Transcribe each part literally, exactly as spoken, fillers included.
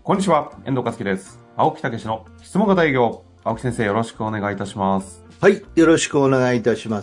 こんにちは、遠藤和樹です。青木武の質問型営業。青木先生、よろしくお願いいたします。 はい、よろしくお願いいたします。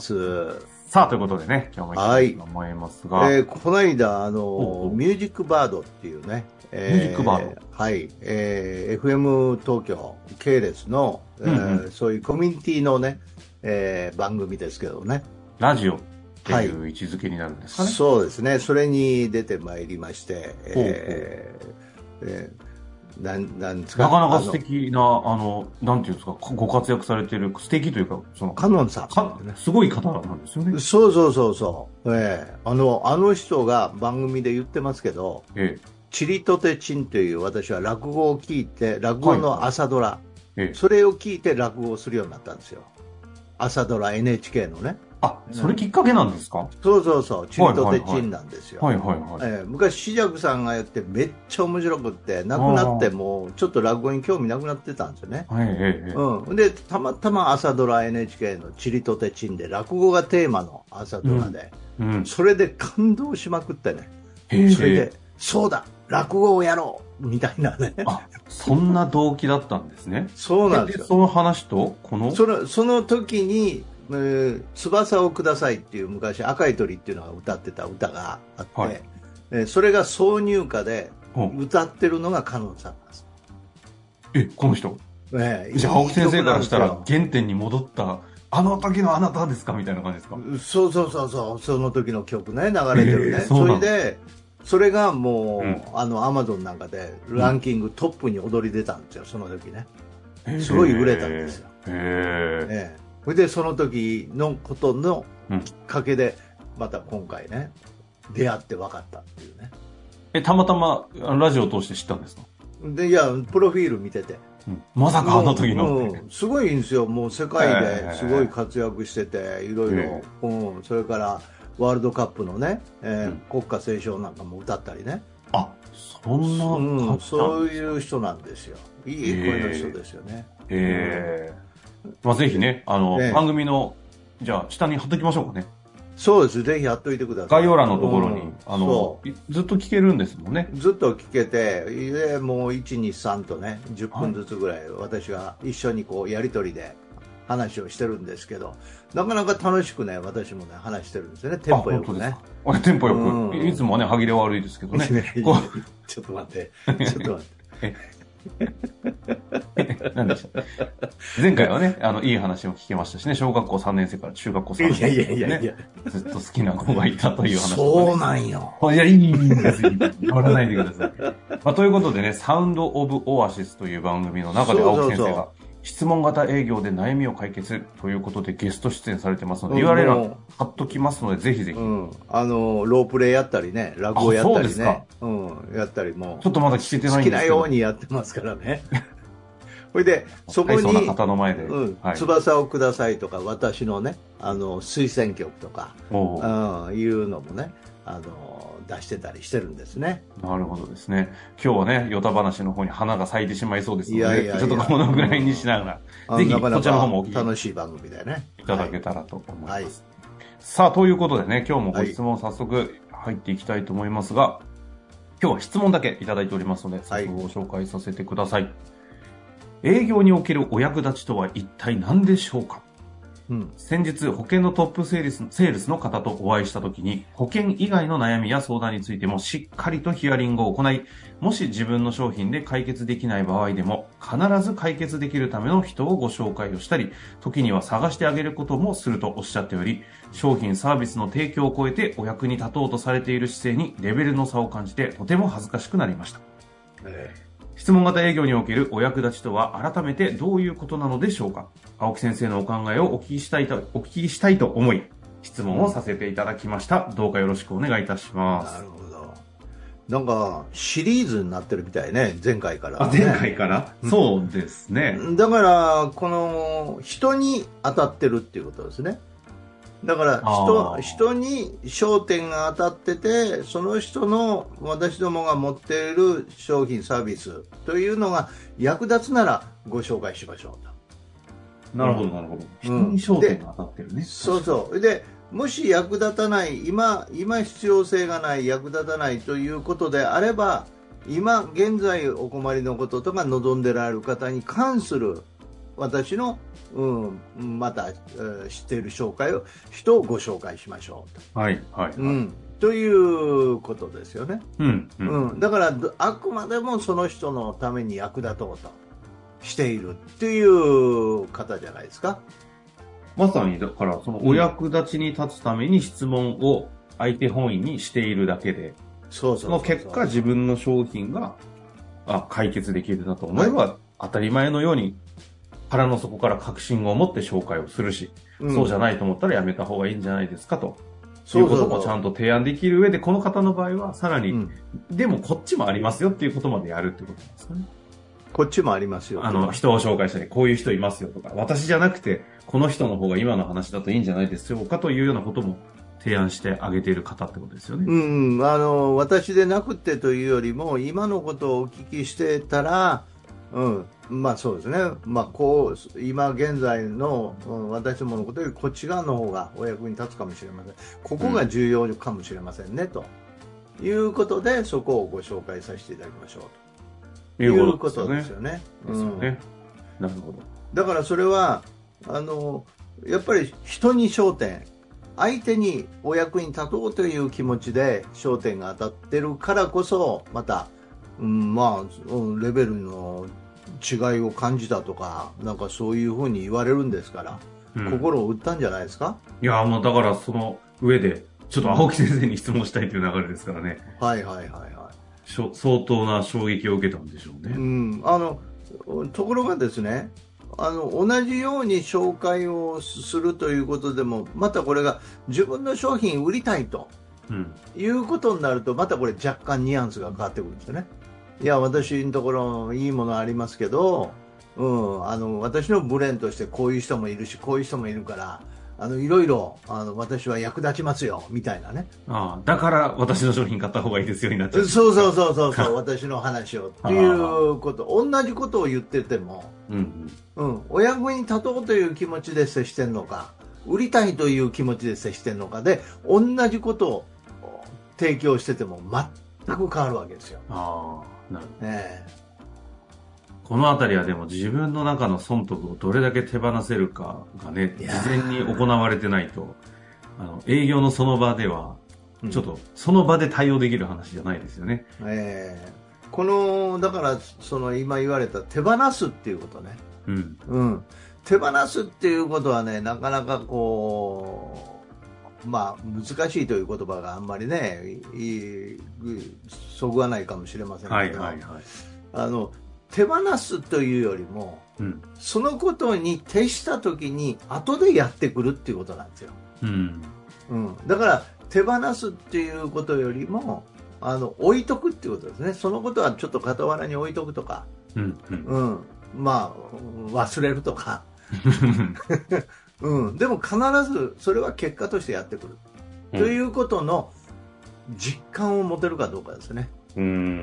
さあ、ということでね、今日も行きたいと思いますが。 はい、えー、この間、あの、ミュージックバードっていうね、 えー、ミュージックバードはい、えー、エフエム 東京系列の、うんうんえー、そういうコミュニティのね、えー、番組ですけどね。 ラジオっていう位置づけになるんですかね。 はい、そうですね、それに出てまいりまして、えーえーなんなんですか、 なかなか素敵な、あの、なんていうんですか、ご活躍されている、素敵というか、その、 カノンさん、 ね、すごい方なんですよね。 そうそうそうそう。ええー、あの、あの人が番組で言ってますけど、ええ、チリとてチンという私は落語を聞いて、落語の朝ドラ、はいはい、それを聞いて落語をするようになったんですよ。朝ドラ エヌエイチケー のね。 あ、それきっかけなんですか？ そうそうそう、チリとてチンなんですよ。 はいはいはい。はいはいはいえー、昔、紫尺さんがやってめっちゃ面白くって、亡くなってもうちょっと落語に興味なくなってたんですよね。はいはいはい。うん。で、たまたま朝ドラ エヌエイチケー のチリとてチンで落語がテーマの朝ドラで、うんうん、それで感動しまくってね。それで、そうだ落語をやろうみたいなね。 あ、そんな動機だったんですね。 そうなんですよ。 その話と、このその、その時に、えー、翼をくださいっていう昔赤い鳥っていうのが歌ってた歌があって、はい、えー、それが挿入歌で歌ってるのがカノンさんなんです。 え、この人、えー、じゃあ青木先生からしたら原点に戻ったあの時のあなたですかみたいな感じですか？ そうそうそうそう、その時の曲ね、流れてるね、えー、そ, それでそれがもう、うん、あのアマゾンなんかでランキングトップに躍り出たんですよ、その時ね。すごい売れたんですよ。へー、えーそれでその時のことのきっかけで、また今回ね、出会って分かったっていうね。 え、たまたまラジオを通して知ったんですか？ で、いや、プロフィール見てて。 うん、まさかあの時の、 うん。すごいんですよ。もう世界ですごい活躍してて、いろいろ、うん。それからワールドカップのね、えーうん、国歌斉唱なんかも歌ったりね。 あ、そんな、 うん、そういう人なんですよ。いい声の人ですよね。 へー。まあ、ぜひね、あの、ね、番組の、じゃあ、下に貼っときましょうかね。 そうです。ぜひ貼っといてください。 概要欄のところに、うん、あの、ずっと聞けるんですもんね。 ずっと聞けて、もういち、に、さんとね、じゅっぷんずつぐらい、私が一緒にこう、やりとりで話をしてるんですけど、なかなか楽しくね、私もね、話してるんですよね、テンポよくね。 あ、テンポよく。うん、いつもはね、歯切れ悪いですけどね。 ちょっと待って。ちょっと待って。 何でした前回はね、あの、いい話も聞けましたしね、小学校さんねん生から中学校さんねん生、ね。いやいやいやいや。ずっと好きな子がいたという話、ね。 そうなんよ。 いや、いいんですよ。言わないでください。まあ、ということでね、サウンド・オブ・オアシスという番組の中で青木先生が質問型営業で悩みを解決ということでゲスト出演されてますので、うん、ユーアールエル は貼っときますので、ぜひぜひ、うん。 あの、ロープレイやったりね、落語やったりね。うん、やったりも。 ちょっとまだ聞けてないんですけど。 好きなようにやってますからね。それで、そこに、 方の前で、 うんはい、翼をくださいとか、私のね、あの、推薦曲とか、うん、いうのもね、あの、出してたりしてるんですね。 なるほどですね。今日はね、ヨタ話の方に花が咲いてしまいそうですので、いやいやいやちょっとこのぐらいにしながら、ぜひこちらの方もお聞き楽しい番組でね。 いただけたらと思います。はいはい、さあ、ということでね、今日もご質問早速入っていきたいと思いますが、はい、今日は質問だけいただいておりますので、早速ご紹介させてください。はい、営業におけるお役立ちとは一体何でしょうか？うん、先日保険のトップセールス、セールスの方とお会いしたときに保険以外の悩みや相談についてもしっかりとヒアリングを行い、もし自分の商品で解決できない場合でも必ず解決できるための人をご紹介をしたり、時には探してあげることもするとおっしゃっており、商品サービスの提供を超えてお役に立とうとされている姿勢にレベルの差を感じてとても恥ずかしくなりました。えー質問型営業におけるお役立ちとは改めてどういうことなのでしょうか？青木先生のお考えをお聞きしたいと、お聞きしたいと思い、質問をさせていただきました。どうかよろしくお願いいたします。 なるほど。なんか、シリーズになってるみたいね、前回から、ね。 あ、前回から、うん、そうですね。 だから、この、人に当たってるっていうことですね。だから人、人に焦点が当たってて、その人の私どもが持っている商品サービスというのが役立つならご紹介しましょうと。なるほど、なるほど。人に焦点が当たってるね。 そうそう。で、もし役立たない、今、今必要性がない、役立たないということであれば、 今現在お困りのこととか望んでられる方に関する私の、うん、また、えー、知っている紹介を人をご紹介しましょうと、 はいはいはい、 うん、ということですよね、 うんうんうん、だからあくまでもその人のために役立とうとしているっていう方じゃないですか。 まさにだからそのお役立ちに立つために質問を相手本位にしているだけで、 そうそうそうそう、 その結果自分の商品があ解決できるなと思えば、はい、当たり前のように腹の底から確信を持って紹介をするし、うん、そうじゃないと思ったらやめた方がいいんじゃないですかということもちゃんと提案できる上で、この方の場合はさらに、うん、でもこっちもありますよっていうことまでやるってことなんですかね。 こっちもありますよ。 あの人を紹介したりこういう人いますよとか、私じゃなくてこの人の方が今の話だといいんじゃないですかというようなことも提案してあげている方ってことですよね。 うん、あの私でなくてというよりも今のことをお聞きしてたら、うん、まあそうですね、まあ、こう今現在の、うん、私どものことよりこっち側の方がお役に立つかもしれません。ここが重要かもしれませんね、うん、ということでそこをご紹介させていただきましょうということですよね。 ですよね。なるほど。 だからそれはあのやっぱり人に焦点、相手にお役に立とうという気持ちで焦点が当たってるからこそまた、うん、まあレベルの違いを感じたとかなんかそういうふうに言われるんですから、うん、心を打ったんじゃないですか。 いやもうだからその上でちょっと青木先生に質問したいという流れですからね。 はいはいはいはい。 相当な衝撃を受けたんでしょうね。 うん、あのところがですね、あの同じように紹介をするということでもまたこれが自分の商品売りたいと、うん、いうことになるとまたこれ若干ニュアンスが変わってくるんですよね。いや私のところいいものありますけど、うん、あの私のブレーンとしてこういう人もいるしこういう人もいるからあのいろいろあの私は役立ちますよみたいなね。 ああ、だから私の商品買った方がいいですよになっちゃう。 そうそうそうそうそう私の話をっていうこと同じことを言ってても、うんうん、お役に立とうという気持ちで接してんのか売りたいという気持ちで接してんのかで同じことを提供してても全く変わるわけですよ。 ああ、なるほど。えーこのあたりはでも自分の中の損得をどれだけ手放せるかがね、事前に行われてないと、あの営業のその場では、ちょっとその場で対応できる話じゃないですよね。 うん、えー、この、だからその今言われた手放すっていうことね。うん。うん。手放すっていうことはね、なかなかこう、まあ難しいという言葉があんまりね、いい、そぐわないかもしれませんけど、はいはいはい。あの、手放すというよりも、うん、そのことに徹した時に後でやってくるっていうことなんですよ、うんうん、だから手放すっていうことよりもあの置いとくっていうことですね。そのことはちょっと傍らに置いとくとか、うんうんうん、まあ忘れるとか、うん、でも必ずそれは結果としてやってくる、うん、ということの実感を持てるかどうかですね。うん、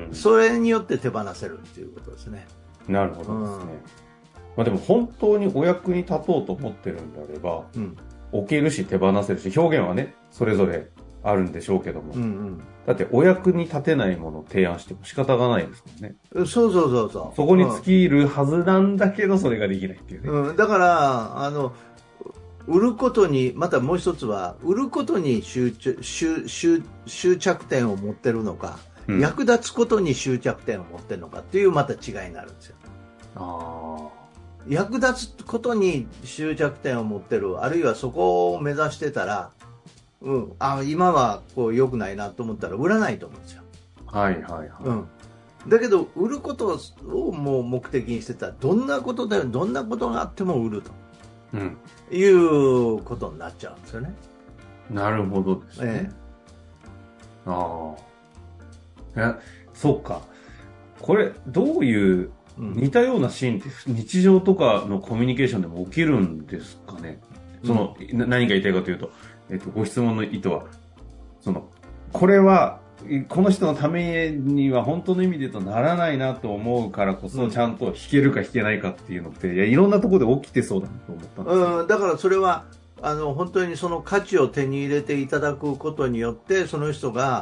それによって手放せるっていうことですね。 なるほどですね、うん、まあ、でも本当にお役に立とうと思ってるんであれば、うん、置けるし手放せるし表現はねそれぞれあるんでしょうけども、うんうん、だってお役に立てないものを提案しても仕方がないですもんね。 そうそうそうそう。 そこに尽きるはずなんだけどそれができないっていうね、 うん、だからあの売ることにまたもう一つは売ることに集中、集、集、執着点を持ってるのか、うん、役立つことに執着点を持ってるのかっていうまた違いになるんですよ。あ役立つことに執着点を持ってる、あるいはそこを目指してたら、うん、あ今はこう良くないなと思ったら売らないと思うんですよ。 はいはいはい、 うん、だけど売ることをもう目的にしてたらどんなことでどんなことがあっても売ると、うん、いうことになっちゃうんですよね。 なるほどですね、ええ、ああいやそうか。これどういう似たようなシーンって日常とかのコミュニケーションでも起きるんですかね。その、うん、何が言いたいかというと、えっと、ご質問の意図はそのこれはこの人のためには本当の意味で言うとならないなと思うからこそちゃんと弾けるか弾けないかっていうのって、いやいろんなところで起きてそうだなと思ったんですよ。 うん、だからそれはあの本当にその価値を手に入れていただくことによってその人が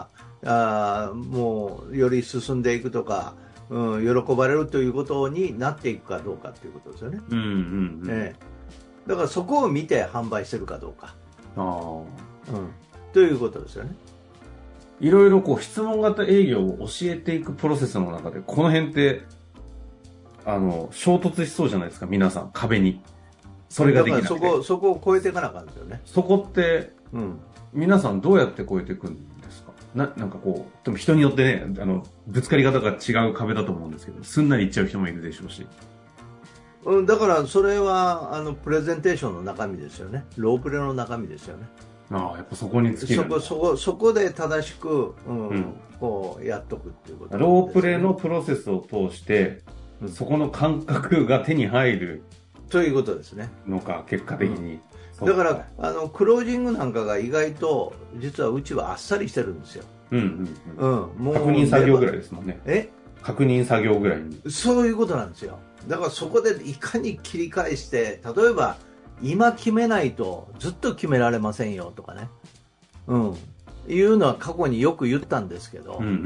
あもうより進んでいくとか、うん、喜ばれるということになっていくかどうかということですよね。 うんうんうんええ、だからそこを見て販売してるかどうか、 あ、うん、 ということですよね。 いろいろこう質問型営業を教えていくプロセスの中で、この辺ってあの衝突しそうじゃないですか、皆さん壁に。それができなくて、 だからそこそこを超えていかなあかんですよね。 そこって、うん、皆さんどうやって超えていくんですか？ななんかこうでも人によってね、あのぶつかり方が違う壁だと思うんですけど、すんなりいっちゃう人もいるでしょうし。 うん、だからそれはあのプレゼンテーションの中身ですよね。ロープレの中身ですよね。 ああ、やっぱそこに尽きる。 そこそこそこで正しく、うんうん、こうやっとくっていうこと、ね、 ロープレのプロセスを通して、うん、そこの感覚が手に入るということですね。 のか、結果的に。 うん、だからあのクロージングなんかが意外と実はうちはあっさりしてるんですよ。 うんうんうん。うん、もう確認作業ぐらいですもんね。 え？ 確認作業ぐらいに。 そういうことなんですよ。だからそこでいかに切り返して、例えば今決めないとずっと決められませんよとかね、うん、いうのは過去によく言ったんですけど、うんうん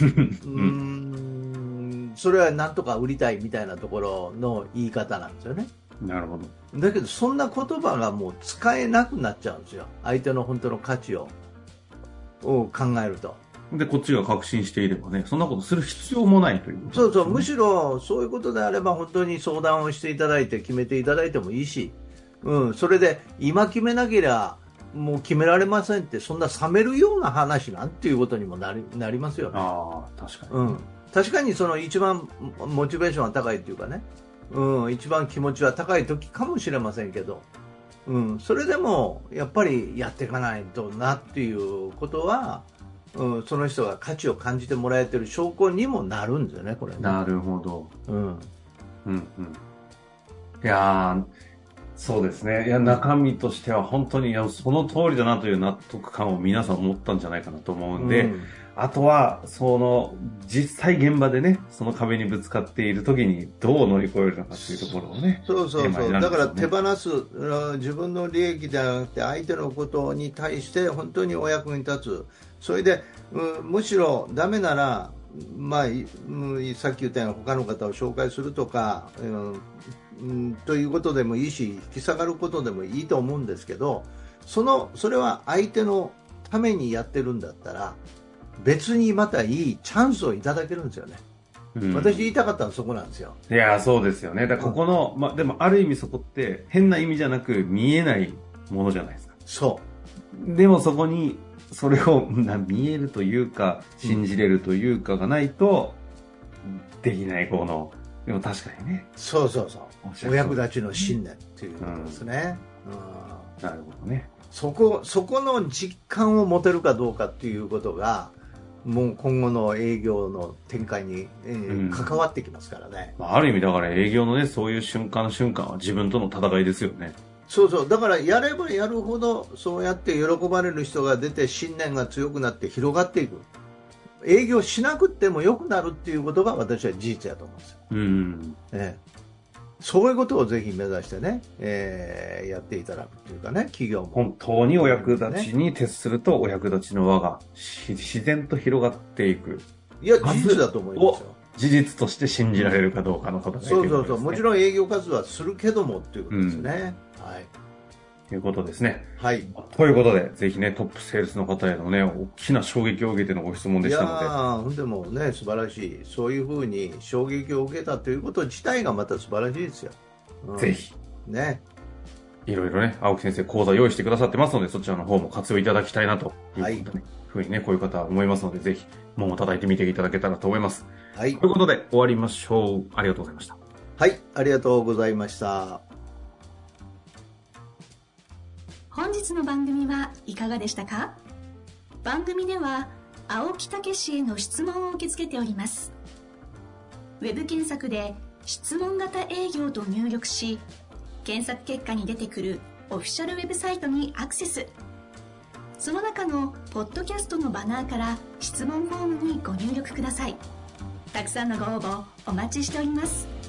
うんそれはなんとか売りたいみたいなところの言い方なんですよね。 なるほど。 だけどそんな言葉がもう使えなくなっちゃうんですよ。相手の本当の価値をを考えると。 でこっちが確信していればね、そんなことする必要もないということ、ね、 そうそう、むしろそういうことであれば本当に相談をしていただいて決めていただいてもいいし、うん、それで今決めなければもう決められませんって、そんな冷めるような話なんていうことにもなり、なりますよね。 ああ、確かに、 うん、確かにその一番モチベーションが高いっていうかね、うん、一番気持ちは高い時かもしれませんけど、うん、それでもやっぱりやっていかないとなっていうことは、うん、その人が価値を感じてもらえてる証拠にもなるんですよね、これね。 なるほど。 うん。うんうん。いやー、そうですね。いや、中身としては本当に、いや、その通りだなという納得感を皆さん持ったんじゃないかなと思うんで、うん、あとは、その、実際現場でね、その壁にぶつかっている時にどう乗り越えるのかっていうところをね。 そうそうそう。だから手放す、自分の利益ではなくて相手のことに対して本当にお役に立つ。それで、うん、むしろダメなら、まあ、うん、さっき言ったように他の方を紹介するとか、うんうん、ということでもいいし、引き下がることでもいいと思うんですけど、そのそれは相手のためにやってるんだったら別にまたいいチャンスをいただけるんですよね。うん、私言いたかったのはそこなんですよ。 いや、そうですよね。だからここの、うん、まあ、でもある意味そこって変な意味じゃなく見えないものじゃないですか。 そうでもそこにそれを見えるというか信じれるというかがないとできないこの、でも確かにね。 そうそうそう。お役立ちの信念っていうことですね。 うんうん、なるほどね。 そこ、そこの実感を持てるかどうかっていうことが、もう今後の営業の展開に、えーうん、関わってきますからね。 ある意味だから営業のね、そういう瞬間瞬間は自分との戦いですよね。 そうそう。だからやればやるほどそうやって喜ばれる人が出て信念が強くなって広がっていく。営業しなくても良くなるっていうことが私は事実だと思うんですよ。うん、ええ、そういうことをぜひ目指してね、えー、やっていただくというかね、企業も本当にお役立ちに徹するとお役立ちの輪が自然と広がっていく。 いや、事実だと思いますよ。 事実として信じられるかどうかの戦い、ね、 そうそうそう。もちろん営業活動はするけどもっていうことですね。うん、はい。 ということですね。 はい。 ということで、ぜひね、トップセールスの方へのね、大きな衝撃を受けてのご質問でしたので。 いやー、でもね、素晴らしい。そういうふうに衝撃を受けたということ自体がまた素晴らしいですよ。 うん、ぜひ。 ね。 いろいろね、青木先生講座用意してくださってますので、そちらの方も活用いただきたいなという、ね、はい、ふうにね、こういう方は思いますので、ぜひ、門を叩いてみていただけたらと思います。はい。ということで、終わりましょう。ありがとうございました。 はい、ありがとうございました。 本日の番組はいかがでしたか？番組では青木武氏への質問を受け付けております。ウェブ検索で質問型営業と入力し、検索結果に出てくるオフィシャルウェブサイトにアクセス。その中のポッドキャストのバナーから質問フォームにご入力ください。たくさんのご応募お待ちしております。